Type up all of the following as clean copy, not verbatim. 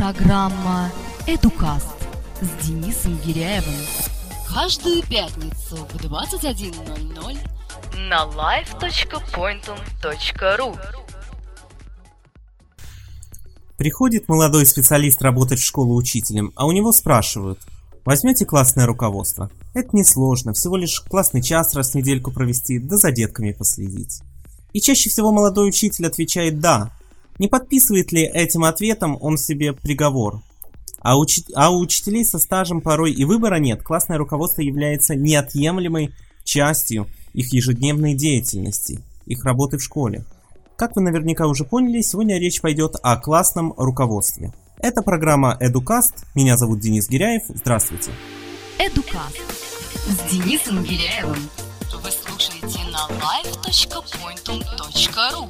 Программа «Эдукаст» с Денисом Гиряевым. Каждую пятницу в 21:00 на live.pointum.ru. Приходит молодой специалист работать в школу учителем, а у него спрашивают: возьмете классное руководство? Это несложно, всего лишь классный час раз в недельку провести, да за детками последить. И чаще всего молодой учитель отвечает «да». Не подписывает ли этим ответом он себе приговор? А у учителей со стажем порой и выбора нет. Классное руководство является неотъемлемой частью их ежедневной деятельности, их работы в школе. Как вы наверняка уже поняли, сегодня речь пойдет о классном руководстве. Это программа «Эдукаст». Меня зовут Денис Гиряев. Здравствуйте. «Эдукаст» с Денисом Гиряевым. Вы слушаете на live.pointum.ru.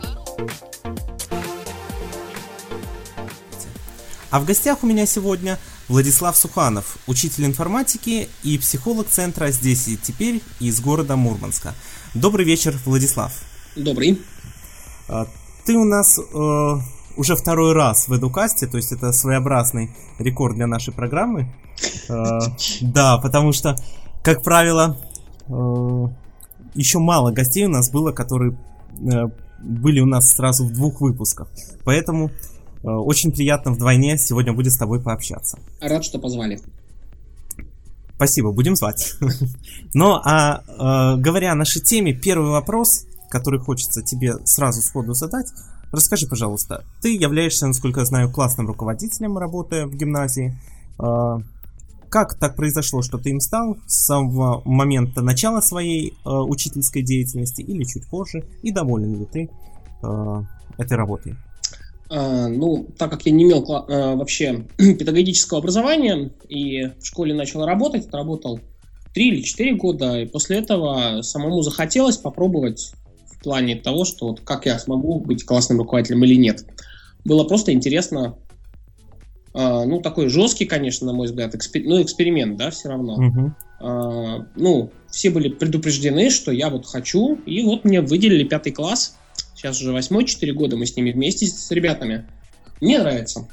А в гостях у меня сегодня Владислав Суханов, учитель информатики и психолог центра «Здесь и теперь» из города Мурманска. Добрый вечер, Владислав. Добрый. Ты у нас уже второй раз в Эдукасте, то есть это своеобразный рекорд для нашей программы. Да, потому что, как правило, еще мало гостей у нас было, которые были у нас сразу в 2 выпусках. Поэтому очень приятно вдвойне сегодня будет с тобой пообщаться. Рад, что позвали. Спасибо, будем звать. Ну, говоря о нашей теме, первый вопрос, который хочется тебе сразу сходу задать. Расскажи, пожалуйста, ты являешься, насколько я знаю, классным руководителем, работая в гимназии. Как так произошло, что ты им стал с самого момента начала своей учительской деятельности или чуть позже? И доволен ли ты этой работой? Так как я не имел вообще педагогического образования и в школе начал работать, отработал 3 или 4 года, и после этого самому захотелось попробовать в плане того, что вот как я смогу быть классным руководителем или нет. Было просто интересно, такой жесткий, конечно, на мой взгляд, эксперимент, да, все равно. Все были предупреждены, что я вот хочу, и вот мне выделили 5 класс. Сейчас уже 8-й, 4 года мы с ними вместе, с ребятами. Мне нравится.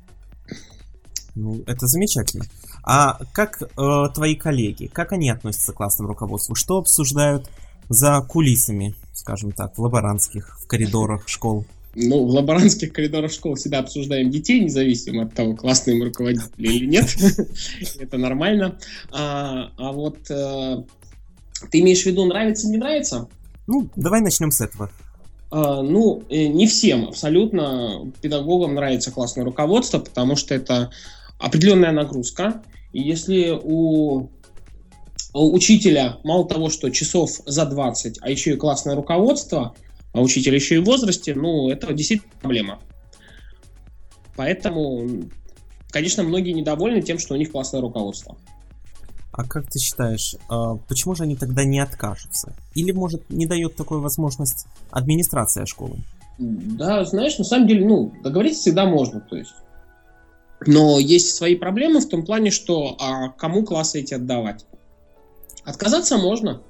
Это замечательно. А как твои коллеги, как они относятся к классному руководству? Что обсуждают за кулисами, скажем так, в лаборантских, в коридорах школ? В лаборантских коридорах школ всегда обсуждаем детей, независимо от того, классные им руководители или нет. Это нормально. Ты имеешь в виду нравится, не нравится? Давай начнем с этого. Не всем абсолютно педагогам нравится классное руководство, потому что это определенная нагрузка. И если у учителя мало того, что часов за 20, а еще и классное руководство, а учитель еще и в возрасте, это действительно проблема. Поэтому, конечно, многие недовольны тем, что у них классное руководство. А как ты считаешь, почему же они тогда не откажутся? Или, может, не дает такую возможность администрация школы? Да, знаешь, на самом деле, договориться всегда можно, то есть. Но есть свои проблемы в том плане, что кому классы эти отдавать? Отказаться можно.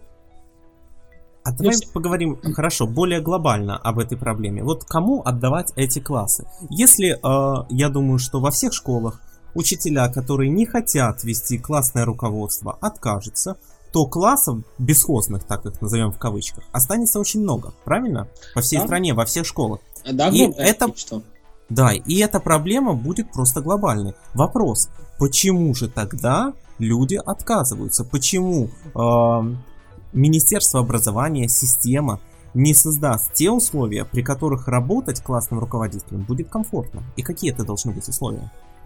А давай поговорим, хорошо, более глобально об этой проблеме. Вот кому отдавать эти классы? Если, я думаю, что во всех школах учителя, которые не хотят вести классное руководство, откажутся, то классов бесхозных, так их назовем в кавычках, останется очень много, правильно? По всей стране, во всех школах. Да, и эта проблема будет просто глобальной. Вопрос, почему же тогда люди отказываются? Почему Министерство образования, система не создаст те условия, при которых работать классным руководителем будет комфортно? И какие это должны быть условия?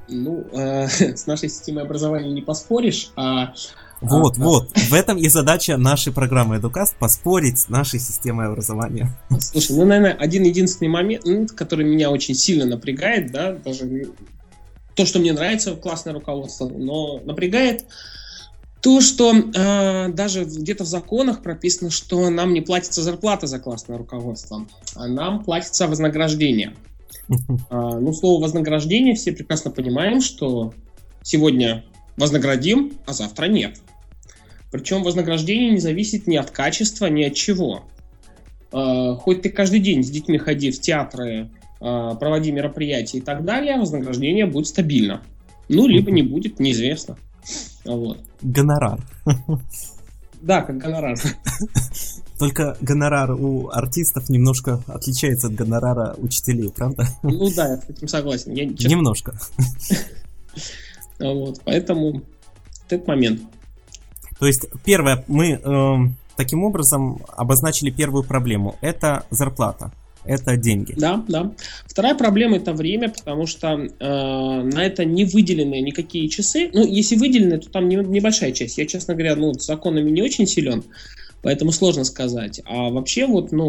С нашей системой образования не поспоришь. Вот, в этом и задача нашей программы «Эдукаст» — поспорить с нашей системой образования. Слушай, наверное, один-единственный момент, который меня очень сильно напрягает, да, даже то, что мне нравится классное руководство, но напрягает то, что даже где-то в законах прописано, что нам не платится зарплата за классное руководство, а нам платится вознаграждение. Слово вознаграждение все прекрасно понимаем, что сегодня вознаградим, а завтра нет. Причем вознаграждение не зависит ни от качества, ни от чего. Хоть ты каждый день с детьми ходи в театры, проводи мероприятия и так далее, вознаграждение будет стабильно. Ну, либо не будет, неизвестно. Вот. Гонорар. Да, как гонорар. Только гонорар у артистов немножко отличается от гонорара учителей, правда? Ну да, я с этим согласен. Немножко. Вот, поэтому этот момент. То есть, первое, мы таким образом обозначили первую проблему. Это зарплата. Это деньги. Да. Вторая проблема — это время, потому что на это не выделены никакие часы. Ну, если выделены, то там небольшая часть. Я, честно говоря, с законами не очень силен, поэтому сложно сказать. А вообще,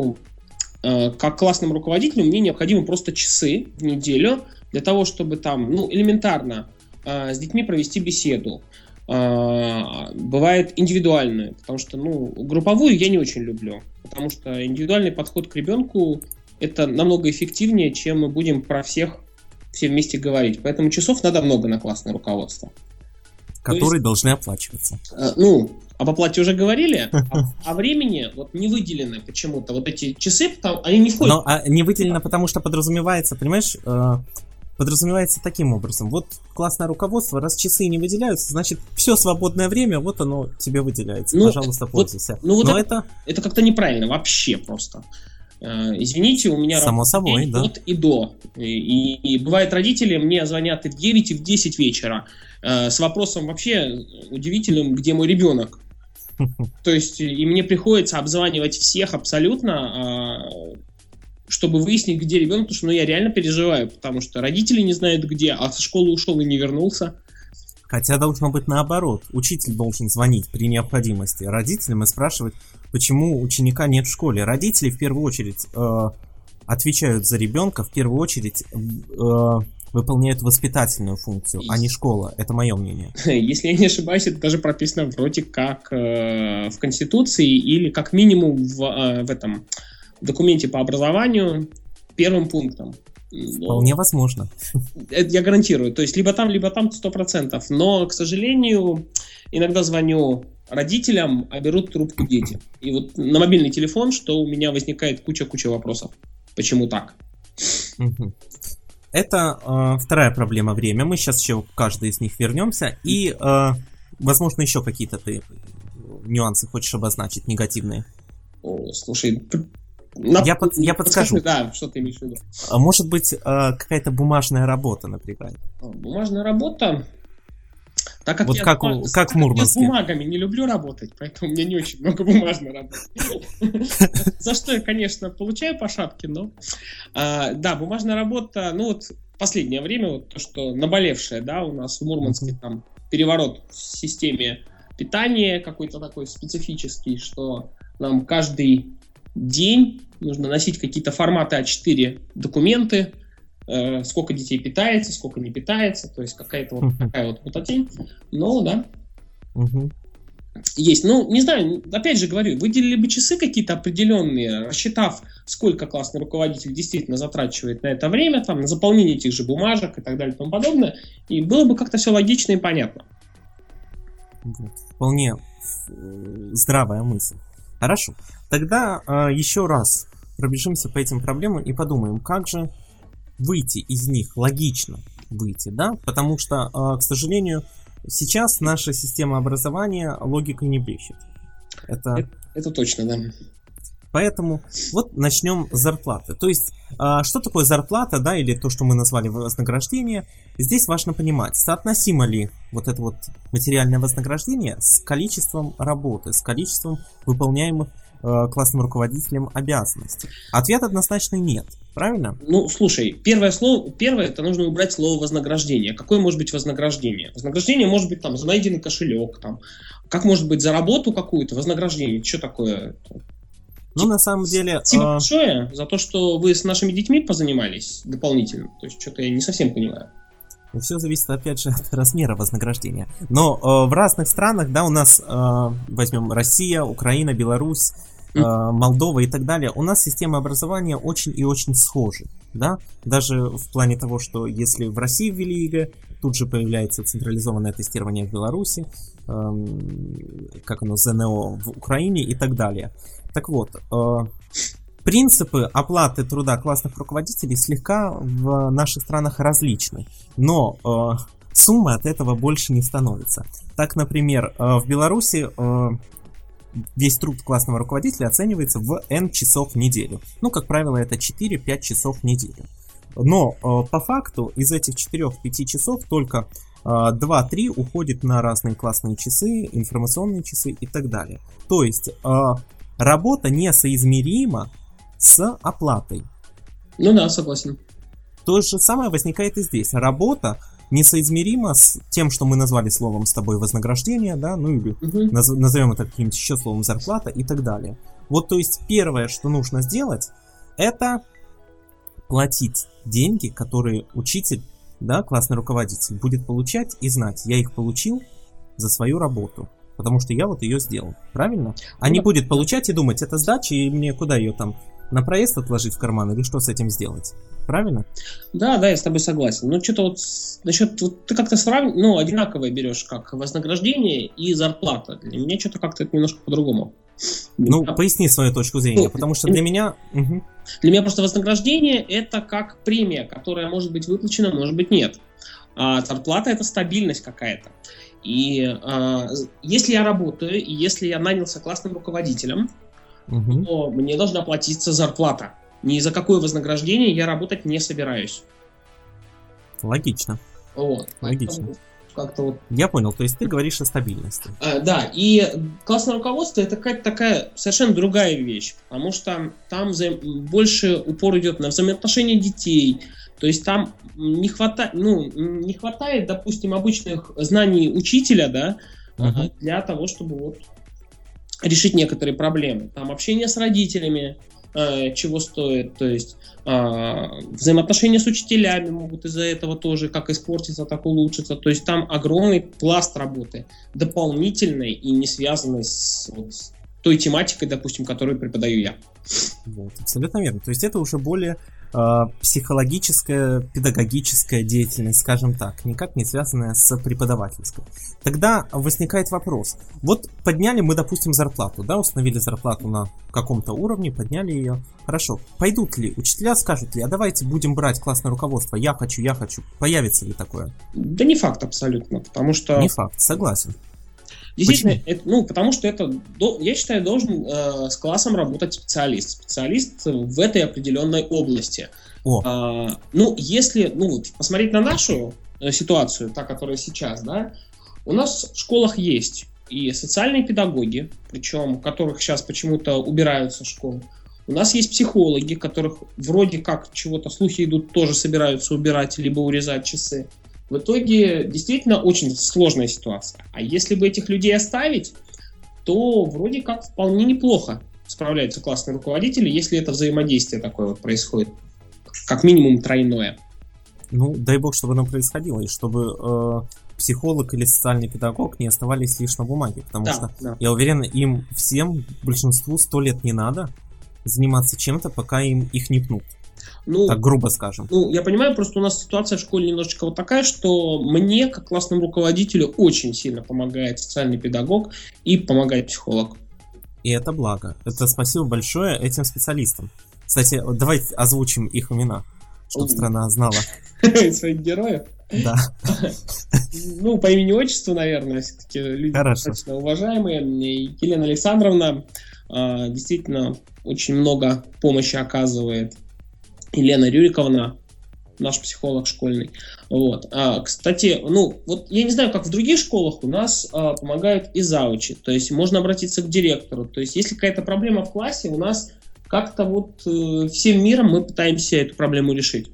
как классным руководителем, мне необходимы просто часы в неделю для того, чтобы там, элементарно с детьми провести беседу. Бывает индивидуальную, потому что, групповую я не очень люблю, потому что индивидуальный подход к ребенку — это намного эффективнее, чем мы будем про все вместе говорить. Поэтому часов надо много на классное руководство. Которые должны оплачиваться. Об оплате уже говорили, а времени не выделены почему-то. Вот эти часы, они не входят. Но не выделено, потому что подразумевается, понимаешь, подразумевается таким образом. Вот классное руководство, раз часы не выделяются, значит, все свободное время, вот оно тебе выделяется. Пожалуйста, пользуйся. Это как-то неправильно вообще просто. Извините, у меня само собой, да. От и до. И бывает, родители мне звонят и в 9, и в 10 вечера с вопросом вообще удивительным, где мой ребенок. То есть, и мне приходится обзванивать всех абсолютно, чтобы выяснить, где ребенок, потому что я реально переживаю, потому что родители не знают где, а со школы ушел и не вернулся. Хотя должно быть наоборот. Учитель должен звонить при необходимости родителям и спрашивать, почему ученика нет в школе. Родители в первую очередь отвечают за ребенка, в первую очередь выполняют воспитательную функцию, а не школа. Это мое мнение. Если я не ошибаюсь, это даже прописано вроде как в Конституции или как минимум в этом документе по образованию первым пунктом. Вполне возможно. Это я гарантирую. То есть либо там 100%. Но, к сожалению, иногда звоню родителям, а берут трубку дети. И вот на мобильный телефон, что у меня возникает куча вопросов. Почему так? Это вторая проблема — время. Мы сейчас еще к каждой из них вернемся. И, возможно, еще какие-то ты нюансы хочешь обозначить, негативные. Слушай, я подскажу. Да, что ты имеешь в виду? Может быть, какая-то бумажная работа, например. Бумажная работа? Так как вот я как в Мурманске. Я с бумагами не люблю работать, поэтому у меня не очень много бумажной работы. За что я, конечно, получаю по шапке, но... Да, бумажная работа, в последнее время, то, что наболевшее, да, у нас в Мурманске там переворот в системе питания какой-то такой специфический, что нам каждый день нужно носить какие-то форматы А4 документы, сколько детей питается, сколько не питается, то есть какая-то такая мутатень. Но, да, есть. Не знаю, опять же говорю, выделили бы часы какие-то определенные, рассчитав, сколько классный руководитель действительно затрачивает на это время, там, на заполнение этих же бумажек и так далее и тому подобное, и было бы как-то все логично и понятно. Вполне здравая мысль. Хорошо. Тогда еще раз пробежимся по этим проблемам и подумаем, как же выйти из них, логично выйти, да? Потому что, к сожалению, сейчас наша система образования логикой не блещет. Это точно, да. Поэтому вот начнем с зарплаты. То есть, что такое зарплата, да, или то, что мы назвали вознаграждение, здесь важно понимать, соотносимо ли вот это материальное вознаграждение с количеством работы, с количеством выполняемых классным руководителем обязанностей. Ответ однозначно нет, правильно? Слушай, первое, это нужно убрать слово вознаграждение. Какое может быть вознаграждение? Вознаграждение может быть там за найденный кошелек, там, как может быть за работу какую-то вознаграждение. Что такое? На самом деле... Спасибо большое за то, что вы с нашими детьми позанимались дополнительно. То есть, что-то я не совсем понимаю. Все зависит, опять же, от размера вознаграждения. Но в разных странах, да, у нас, возьмем Россия, Украина, Беларусь, Молдова и так далее, у нас система образования очень и очень схожи, да, даже в плане того, что если в России ввели ЕГЭ, тут же появляется централизованное тестирование в Беларуси, как оно, ЗНО в Украине и так далее. Так вот, Принципы оплаты труда классных руководителей слегка в наших странах различны, но сумма от этого больше не становится. Так, например, в Беларуси весь труд классного руководителя оценивается в N часов в неделю. Ну, как правило, это 4-5 часов в неделю. Но по факту из этих 4-5 часов только 2-3 уходит на разные классные часы, информационные часы и так далее. То есть работа несоизмерима с оплатой. Ну да, согласен. То же самое возникает и здесь. Работа несоизмеримо с тем, что мы назвали словом с тобой вознаграждение, да, ну или назовем это каким-то еще словом зарплата и так далее. Вот, то есть, первое, что нужно сделать, это платить деньги, которые учитель, да, классный руководитель будет получать и знать, я их получил за свою работу, потому что я вот ее сделал, правильно? А не будет получать и думать, это сдача, и мне куда ее там, на проезд отложить в карман или что с этим сделать? Правильно? Да, я с тобой согласен. Но что-то вот насчет, вот ты как-то одинаковое берешь, как вознаграждение и зарплата. Для меня что-то как-то это немножко по-другому. Ну, поясни свою точку зрения, потому что для меня... Для меня просто вознаграждение это как премия, которая может быть выплачена, может быть нет. А зарплата это стабильность какая-то. И если я работаю, и если я нанялся классным руководителем, то мне должна платиться зарплата. Ни за какое вознаграждение я работать не собираюсь. Логично. Вот. Логично. Как-то вот. Я понял, то есть ты говоришь о стабильности. Да, и классное руководство это какая-то такая совершенно другая вещь, потому что там больше упор идет на взаимоотношения детей, то есть там не хватает, допустим, обычных знаний учителя, да, для того, чтобы вот решить некоторые проблемы. Там общение с родителями, чего стоит, то есть взаимоотношения с учителями могут из-за этого тоже как испортиться, так улучшиться, то есть там огромный пласт работы, дополнительной и не связанной с той тематикой, допустим, которую преподаю я. Вот, абсолютно верно, то есть это уже более психологическая, педагогическая деятельность, скажем так, никак не связанная с преподавательской. Тогда возникает вопрос. Вот подняли мы, допустим, зарплату, да, установили зарплату на каком-то уровне, подняли ее. Хорошо. Пойдут ли учителя, скажут ли, а давайте будем брать классное руководство, я хочу. Появится ли такое? Да не факт абсолютно, потому что... Не факт, согласен. Действительно, потому что это, я считаю, должен с классом работать специалист в этой определенной области. Если посмотреть на нашу ситуацию, та, которая сейчас, да, у нас в школах есть и социальные педагоги, причем которых сейчас почему-то убирают со школ. У нас есть психологи, которых вроде как чего-то слухи идут, тоже собираются убирать либо урезать часы. В итоге действительно очень сложная ситуация. А если бы этих людей оставить, то вроде как вполне неплохо справляются классные руководители, если это взаимодействие такое вот происходит. Как минимум тройное. Ну, дай бог, чтобы оно происходило, и чтобы психолог или социальный педагог не оставались лишь на бумаге. Потому что, я уверен, им всем, большинству 100 лет не надо заниматься чем-то, пока им их не пнут. Так грубо скажем. Я понимаю, просто у нас ситуация в школе немножечко вот такая, что мне, как классному руководителю, очень сильно помогает социальный педагог и помогает психолог. И это благо. Это спасибо большое этим специалистам. Кстати, давайте озвучим их имена, чтобы страна знала. Своих героев? Да. По имени-отчеству, наверное, все-таки люди достаточно уважаемые. Елена Александровна действительно очень много помощи оказывает. Елена Рюриковна, наш психолог школьный. Вот. Кстати, я не знаю, как в других школах, у нас помогают и заучи. То есть можно обратиться к директору. То есть если какая-то проблема в классе, у нас как-то всем миром мы пытаемся эту проблему решить.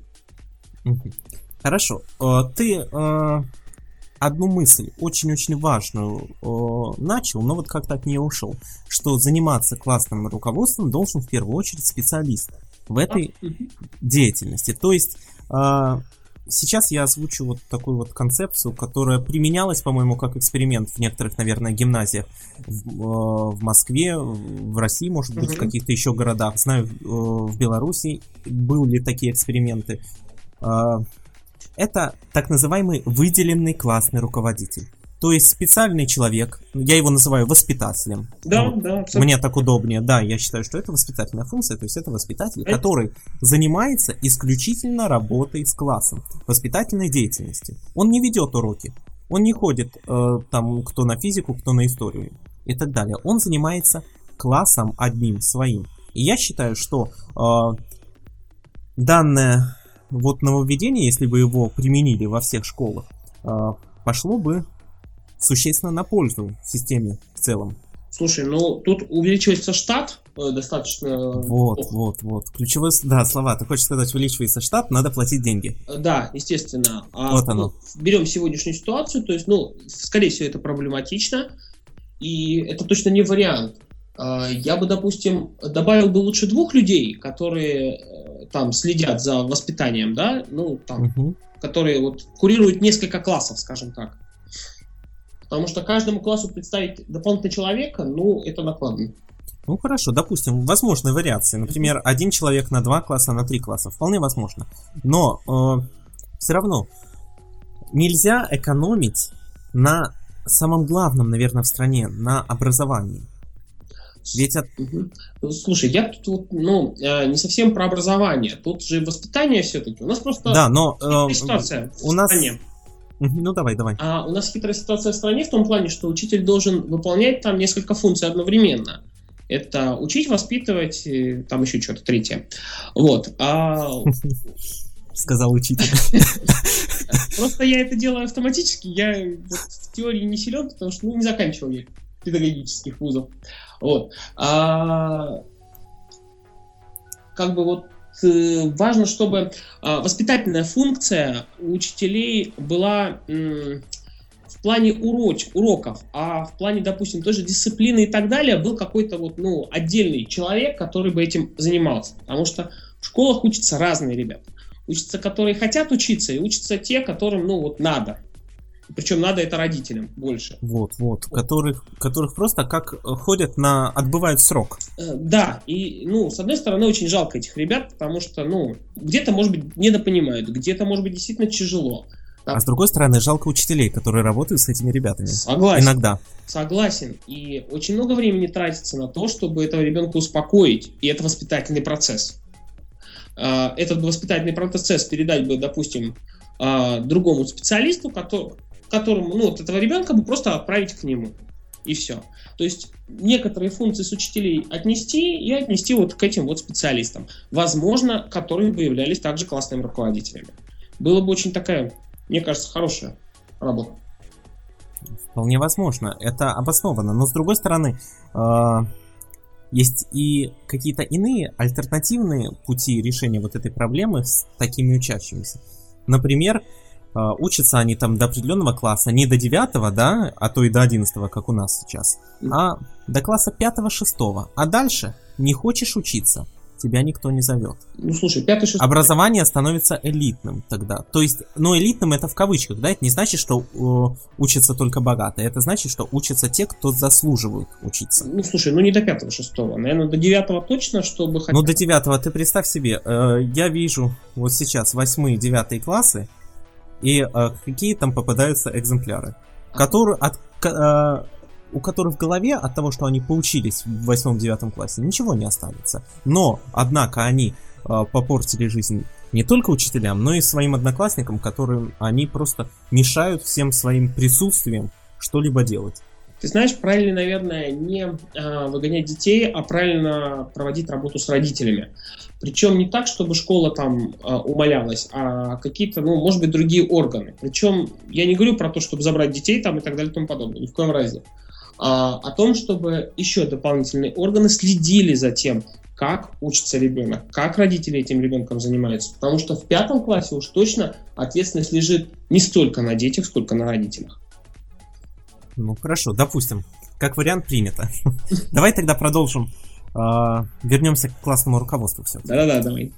Хорошо. Ты одну мысль, очень-очень важную, начал, но вот как-то от нее ушел. Что заниматься классным руководством должен в первую очередь специалист в этой деятельности. То есть сейчас я озвучу вот такую вот концепцию, которая применялась, по-моему, как эксперимент в некоторых, наверное, гимназиях в Москве, в России, может быть, в каких-то еще городах. Знаю, в Беларуси были такие эксперименты. Это так называемый выделенный классный руководитель. То есть специальный человек, я его называю воспитателем. Да, вот, да. Абсолютно. Мне так удобнее. Да, я считаю, что это воспитательная функция, то есть это воспитатель, который занимается исключительно работой с классом, воспитательной деятельностью. Он не ведет уроки, он не ходит там кто на физику, кто на историю и так далее. Он занимается классом одним своим. И я считаю, что данное вот нововведение, если бы его применили во всех школах, пошло бы существенно на пользу системе в целом. Слушай, ну тут увеличивается штат достаточно... Вот. Ключевые слова. Ты хочешь сказать, увеличивается штат, надо платить деньги. Да, естественно. Вот оно. Берем сегодняшнюю ситуацию, то есть, скорее всего, это проблематично, и это точно не вариант. Я бы, допустим, добавил бы лучше 2 людей, которые там следят за воспитанием, да, которые вот курируют несколько классов, скажем так. Потому что каждому классу представить дополнительного человека, это накладно. Ну хорошо, допустим, возможны вариации. Например, 1 человек на 2 класса, на 3 класса. Вполне возможно. Но все равно нельзя экономить на самом главном, наверное, в стране, на образовании. Ведь Слушай, я тут не совсем про образование. Тут же воспитание все-таки. У нас просто ситуация у нас... Ну, давай. У нас хитрая ситуация в стране в том плане, что учитель должен выполнять там несколько функций одновременно. Это учить, воспитывать, там еще что-то третье. Вот. Сказал учитель. Просто я это делаю автоматически. Я в теории не силен, потому что не заканчивал я педагогических вузов. Вот. Важно, чтобы воспитательная функция у учителей была в плане уроков, а в плане, допустим, той же дисциплины и так далее был какой-то отдельный человек, который бы этим занимался. Потому что в школах учатся разные ребята. Учатся, которые хотят учиться, и учатся те, которым надо. Причем надо это родителям больше. Которых просто как отбывают срок. Да, и, с одной стороны, очень жалко этих ребят, потому что, где-то, может быть, недопонимают, где-то, может быть, действительно тяжело. А с другой стороны, жалко учителей, которые работают с этими ребятами. Согласен. Иногда. Согласен. И очень много времени тратится на то, чтобы этого ребенка успокоить. И это воспитательный процесс. Этот воспитательный процесс передать бы, допустим, другому специалисту, которому, этого ребенка бы просто отправить к нему. И все. То есть некоторые функции с учителей отнести вот к этим специалистам. Возможно, которые бы являлись также классными руководителями. Было бы очень такая, мне кажется, хорошая работа. Вполне возможно. Это обосновано. Но с другой стороны, есть и какие-то иные альтернативные пути решения вот этой проблемы с такими учащимися. Например, учатся они там до определенного класса, не до 9, да, а то и до 11, как у нас сейчас, а до класса 5-6. А дальше не хочешь учиться, тебя никто не зовет. Слушай, 5-6... Образование становится элитным тогда. То есть, элитным это в кавычках, да, это не значит, что учатся только богатые, это значит, что учатся те, кто заслуживают учиться. Слушай, не до 5-6, наверное, до 9 точно, чтобы... до 9 ты представь себе, я вижу вот сейчас 8-9 классы, и какие там попадаются экземпляры, у которых в голове от того, что они поучились в 8-9 классе, ничего не останется. Но, однако, они попортили жизнь не только учителям, но и своим одноклассникам, которым они просто мешают всем своим присутствием что-либо делать. Ты знаешь, правильно, наверное, не выгонять детей, а правильно проводить работу с родителями. Причем не так, чтобы школа там умалялась, а какие-то, может быть, другие органы. Причем я не говорю про то, чтобы забрать детей там и так далее и тому подобное, ни в коем разе. О том, чтобы еще дополнительные органы следили за тем, как учится ребенок, как родители этим ребенком занимаются. Потому что в 5 классе уж точно ответственность лежит не столько на детях, сколько на родителях. Хорошо, допустим, как вариант принято. Давай тогда продолжим. Вернемся к классному руководству все-таки. Да, давай.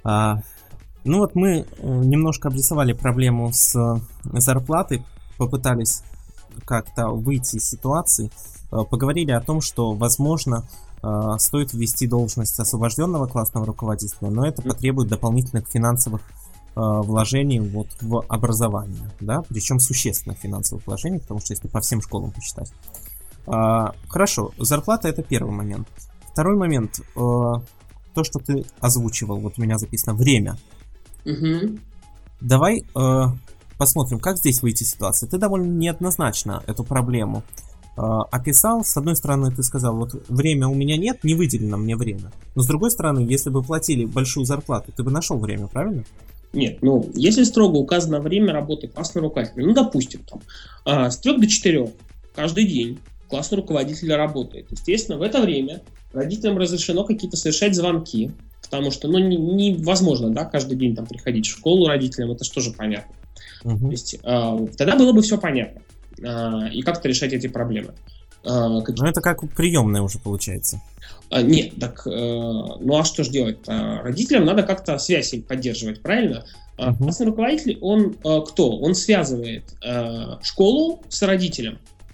Мы немножко обрисовали проблему с зарплатой, попытались как-то выйти из ситуации, поговорили о том, что, возможно, стоит ввести должность освобожденного классного руководителя, но это потребует дополнительных финансовых вложений вот в образование, да, причем существенных финансовых вложений, потому что если по всем школам посчитать. Хорошо, зарплата — это первый момент. Второй момент, то, что ты озвучивал, вот у меня записано время. Угу. Давай посмотрим, как здесь выйти из ситуации. Ты довольно неоднозначно эту проблему описал. С одной стороны, ты сказал, вот время у меня нет, не выделено мне время. Но с другой стороны, если бы платили большую зарплату, ты бы нашел время, правильно? Нет, если строго указано время работы классного руководителя, допустим, с 3 до 4 каждый день классный руководитель работает. Естественно, в это время родителям разрешено какие-то совершать звонки, потому что невозможно, да, каждый день приходить в школу родителям, это же тоже понятно. Угу. То есть тогда было бы все понятно. И как-то решать эти проблемы. Это как приемная уже получается. Нет, так, а что же делать? Родителям надо как-то связь поддерживать, правильно? Классный руководитель, он кто? Он связывает школу с родителем.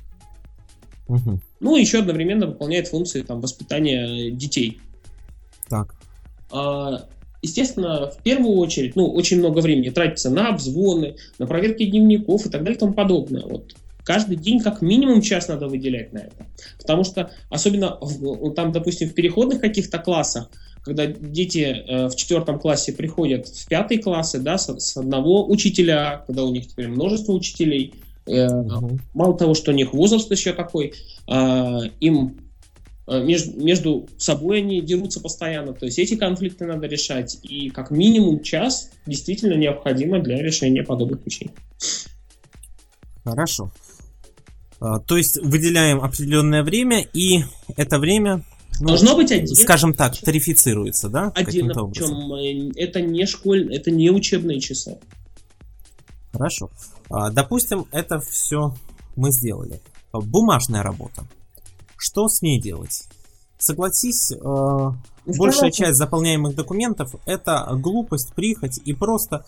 Еще одновременно выполняет функции воспитания детей. Так. Естественно, в первую очередь, очень много времени тратится на обзвоны, на проверки дневников и так далее и тому подобное. Вот. Каждый день как минимум час надо выделять на это. Потому что, особенно допустим, в переходных каких-то классах, когда дети в 4 классе приходят в 5 классы, да, с одного учителя, когда у них теперь множество учителей, мало того, что у них возраст еще такой, им между собой они дерутся постоянно. То есть эти конфликты надо решать. И как минимум час действительно необходимо для решения подобных вещей. Хорошо. То есть выделяем определенное время, и это время должно быть отдельно, скажем так, тарифицируется, да? Отдельно, причем это не школьные, это не учебные часы. Хорошо. Допустим, это все мы бумажная работа. Что с ней делать? Согласись, большая часть заполняемых документов — это глупость, прихоть, и просто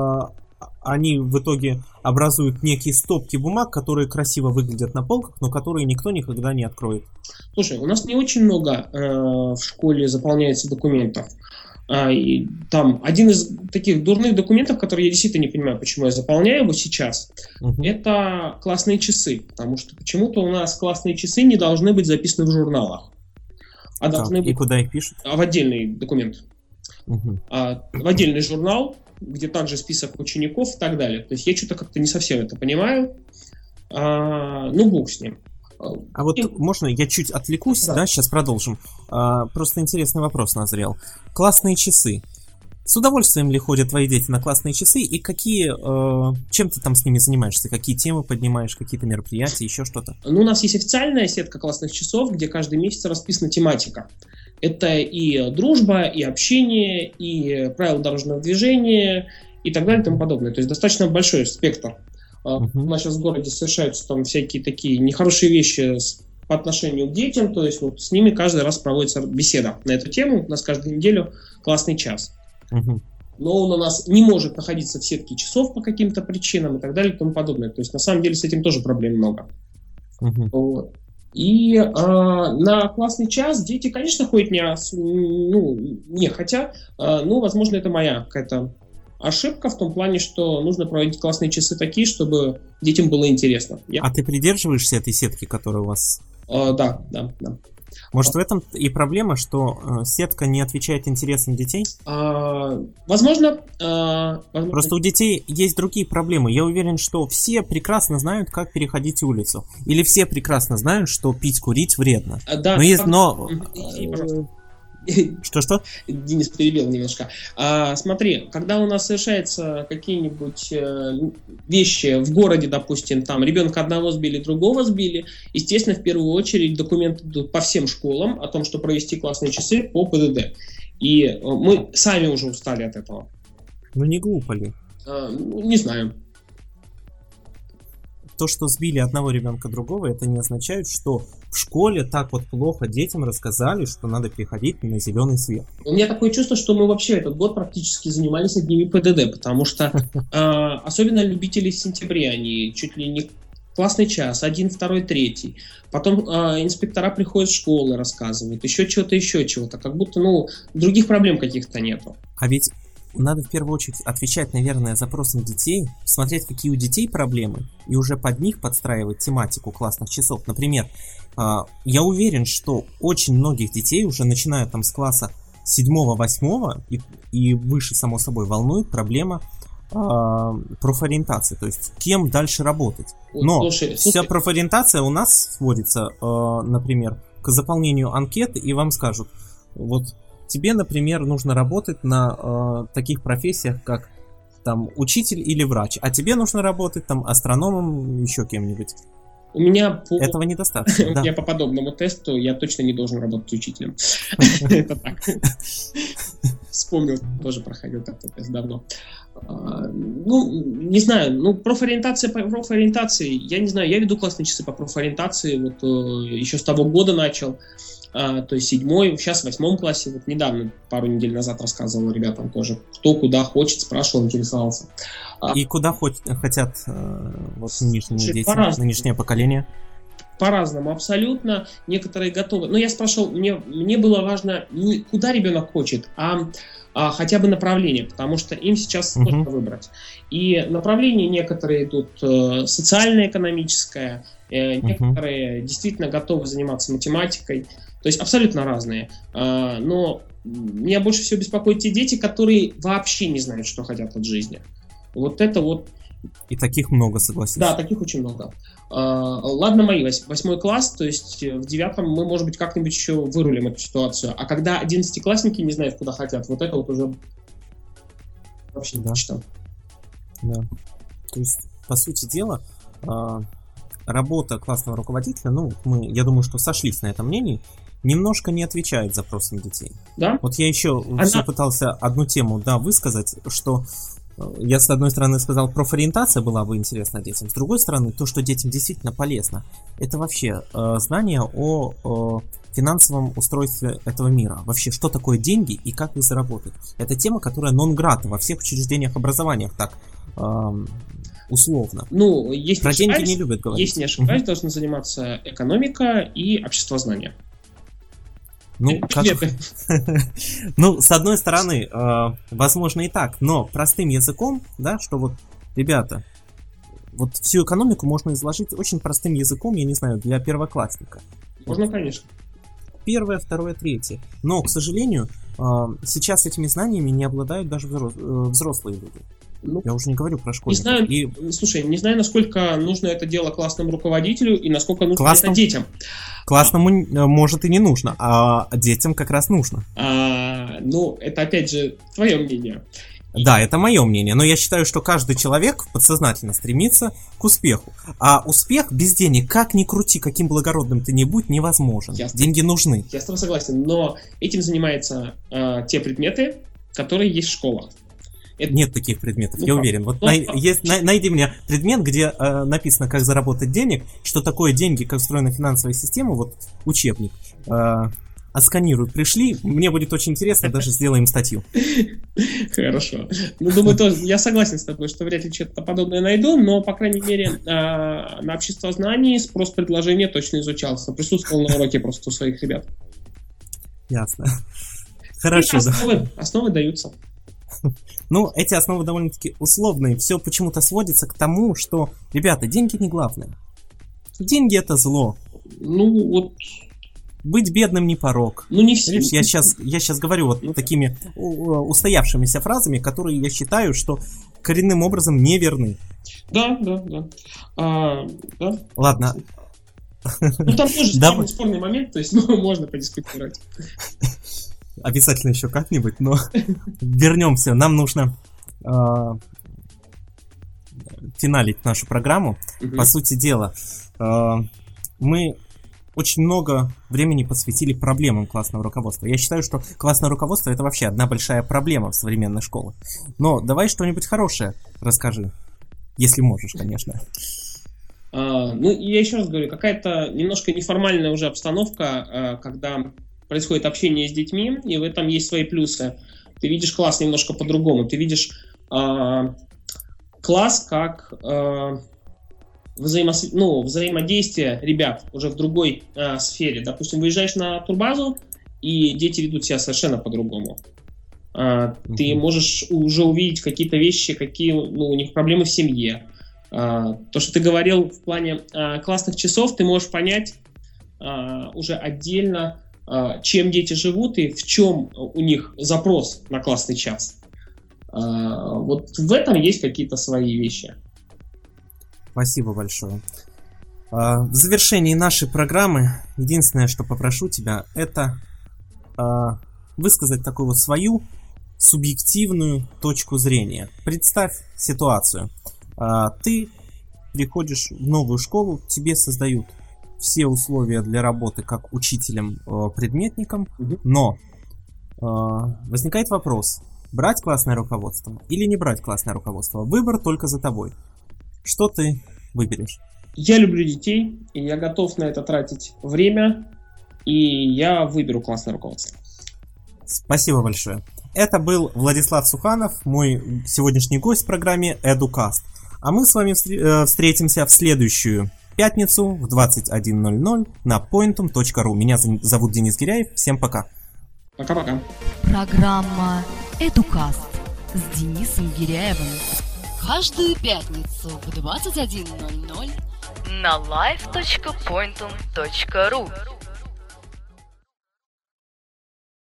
они в итоге образуют некие стопки бумаг, которые красиво выглядят на полках, но которые никто никогда не откроет. Слушай, у нас не очень много в школе заполняется документов. И там один из таких дурных документов, который я действительно не понимаю, почему я заполняю его сейчас, это классные часы. Потому что почему-то у нас классные часы не должны быть записаны в журналах. А должны быть... И куда их пишут? В отдельный документ. В отдельный журнал, где также список учеников и так далее. То есть я что-то как-то не совсем это понимаю. Бог с ним. А вот можно я чуть отвлекусь, да, сейчас продолжим. Просто интересный вопрос назрел. Классные часы. С удовольствием ли ходят твои дети на классные часы? И чем ты там с ними занимаешься? Какие темы поднимаешь, какие-то мероприятия, еще что-то? У нас есть официальная сетка классных часов, где каждый месяц расписана тематика. Это и дружба, и общение, и правила дорожного движения, и так далее и тому подобное. То есть достаточно большой спектр. У нас сейчас в городе совершаются там всякие такие нехорошие вещи по отношению к детям, то есть вот с ними каждый раз проводится беседа на эту тему. У нас каждую неделю классный час. Но он у нас не может находиться в сетке часов по каким-то причинам и так далее и тому подобное. То есть на самом деле с этим тоже проблем много. Вот. И на классный час дети, конечно, ходят нехотя. Возможно, это моя какая-то ошибка в том плане, что нужно проводить классные часы такие, чтобы детям было интересно. А ты придерживаешься этой сетки, которая у вас? Да. Может, в этом и проблема, что сетка не отвечает интересам детей? Возможно. Просто у детей есть другие проблемы. Я уверен, что все прекрасно знают, как переходить улицу. Или все прекрасно знают, что пить, курить вредно. Да. Что? Денис перебил немножко. Смотри, когда у нас совершаются какие-нибудь вещи в городе, допустим, там ребенка одного сбили, другого сбили, естественно, в первую очередь документы идут по всем школам о том, что провести классные часы по ПДД. И мы сами уже устали от этого. Не глупо ли? Не знаю. То, что сбили одного ребенка другого, это не означает, что в школе так вот плохо детям рассказали, что надо переходить на зеленый свет. У меня такое чувство, что мы вообще этот год практически занимались одними ПДД, потому что особенно любители в сентябре, они чуть ли не классный час, 1, 2, 3. Потом инспектора приходят в школы, рассказывают, еще чего-то, как будто, других проблем каких-то нету. А ведь надо в первую очередь отвечать, наверное, запросам детей, смотреть, какие у детей проблемы, и уже под них подстраивать тематику классных часов. Например, я уверен, что очень многих детей уже начиная там с класса 7-8 и выше, само собой, волнует проблема профориентации, то есть кем дальше работать. Но вся профориентация у нас сводится, например, к заполнению анкеты, и вам скажут, вот тебе, например, нужно работать на таких профессиях, как там учитель или врач, а тебе нужно работать там астрономом, еще кем-нибудь. У меня Этого недостаточно. Да. Я по подобному тесту я точно не должен работать учителем. Это так. Вспомнил, тоже проходил такой тест давно. Ну, не знаю, профориентация по профориентации, я не знаю, я веду классные часы по профориентации, вот еще с того года начал, то есть 7-й, сейчас в 8 классе, вот недавно, пару недель назад рассказывал ребятам тоже, кто куда хочет, спрашивал, интересовался. И куда хотят вот нынешние дети, нынешнее поколение? По-разному, абсолютно. Некоторые готовы. Но я спрашивал, мне было важно не куда ребенок хочет, а хотя бы направление, потому что им сейчас сложно выбрать. И направления некоторые идут социально-экономическое, некоторые действительно готовы заниматься математикой. То есть абсолютно разные. Но меня больше всего беспокоят те дети, которые вообще не знают, что хотят от жизни. Вот это вот. И таких много, согласись. Да, таких очень много. Ладно, мои 8 класс, то есть в 9 мы, может быть, как-нибудь еще вырулим эту ситуацию. А когда 11-классники не знают, куда хотят, вот это вот уже вообще не читал. Да. То есть, по сути дела, работа классного руководителя, я думаю, что сошлись на этом мнении, немножко не отвечает запросам детей. Да? Вот я еще все пытался одну тему, высказать, что я, с одной стороны, сказал, профориентация была бы интересна детям, с другой стороны, то, что детям действительно полезно, это вообще знание о финансовом устройстве этого мира. Вообще, что такое деньги и как их заработать. Это тема, которая нон-грата во всех учреждениях образования, так условно. Если про деньги не любят говорить. Если не ошибаюсь, должна заниматься экономика и обществознание. С одной стороны, возможно и так, но простым языком, что вот, ребята, вот всю экономику можно изложить очень простым языком, я не знаю, для первоклассника. Можно, конечно. 1, 2, 3. Но, к сожалению, сейчас этими знаниями не обладают даже взрослые люди. Я уже не говорю про школьников. Слушай, не знаю, насколько нужно это дело классному руководителю и насколько нужно это детям. Классному, может, и не нужно, а детям как раз нужно. Это опять же твое мнение. Да, это мое мнение, но я считаю, что каждый человек подсознательно стремится к успеху. А успех без денег, как ни крути, каким благородным ты ни будь, невозможен. Деньги нужны. Я с тобой согласен, но этим занимаются те предметы, которые есть в школах. Нет таких предметов, я уверен. Вот найди мне предмет, где написано, как заработать денег, что такое деньги, как устроена финансовая система, вот учебник. Отсканируй, пришли, мне будет очень интересно, даже сделаем статью. Хорошо. Думаю, тоже, я согласен с тобой, что вряд ли что-то подобное найду, но, по крайней мере, на обществознании спрос-предложение точно изучался. Присутствовал на уроке просто у своих ребят. Ясно. Хорошо, основы даются. Эти основы довольно-таки условные. Все почему-то сводится к тому, что, ребята, деньги не главное. Деньги — это зло. Быть бедным не порок. Не все. Видишь, я сейчас говорю вот такими устоявшимися фразами, которые я считаю, что коренным образом не верны. Да. Ладно. Там тоже спорный момент, то есть можно подискутировать. Обязательно еще как-нибудь, но вернемся. Нам нужно финалить нашу программу. По сути дела, мы очень много времени посвятили проблемам классного руководства. Я считаю, что классное руководство — это вообще одна большая проблема в современной школе. Но давай что-нибудь хорошее расскажи, если можешь, конечно. Я еще раз говорю, какая-то немножко неформальная уже обстановка, когда происходит общение с детьми, и в этом есть свои плюсы. Ты видишь класс немножко по-другому. Ты видишь класс как взаимодействие ребят уже в другой сфере. Допустим, выезжаешь на турбазу, и дети ведут себя совершенно по-другому. Ты можешь уже увидеть какие-то вещи, какие у них проблемы в семье. То, что ты говорил в плане классных часов, ты можешь понять уже отдельно, чем дети живут и в чем у них запрос на классный час. Вот в этом есть какие-то свои вещи. Спасибо большое. В завершении нашей программы единственное, что попрошу тебя, это высказать такую вот свою субъективную точку зрения. Представь ситуацию. Ты приходишь в новую школу, тебе создают все условия для работы как учителем-предметником, но возникает вопрос, брать классное руководство или не брать классное руководство. Выбор только за тобой. Что ты выберешь? Я люблю детей, и я готов на это тратить время, и я выберу классное руководство. Спасибо большое. Это был Владислав Суханов, мой сегодняшний гость в программе EduCast. А мы с вами встретимся в следующую пятницу в 21:00 на pointum.ru. Меня зовут Денис Гиряев. Всем пока. Пока-пока. Программа EduCast с Денисом Гиряевым. Каждую пятницу в 21:00 на live.pointum.ru.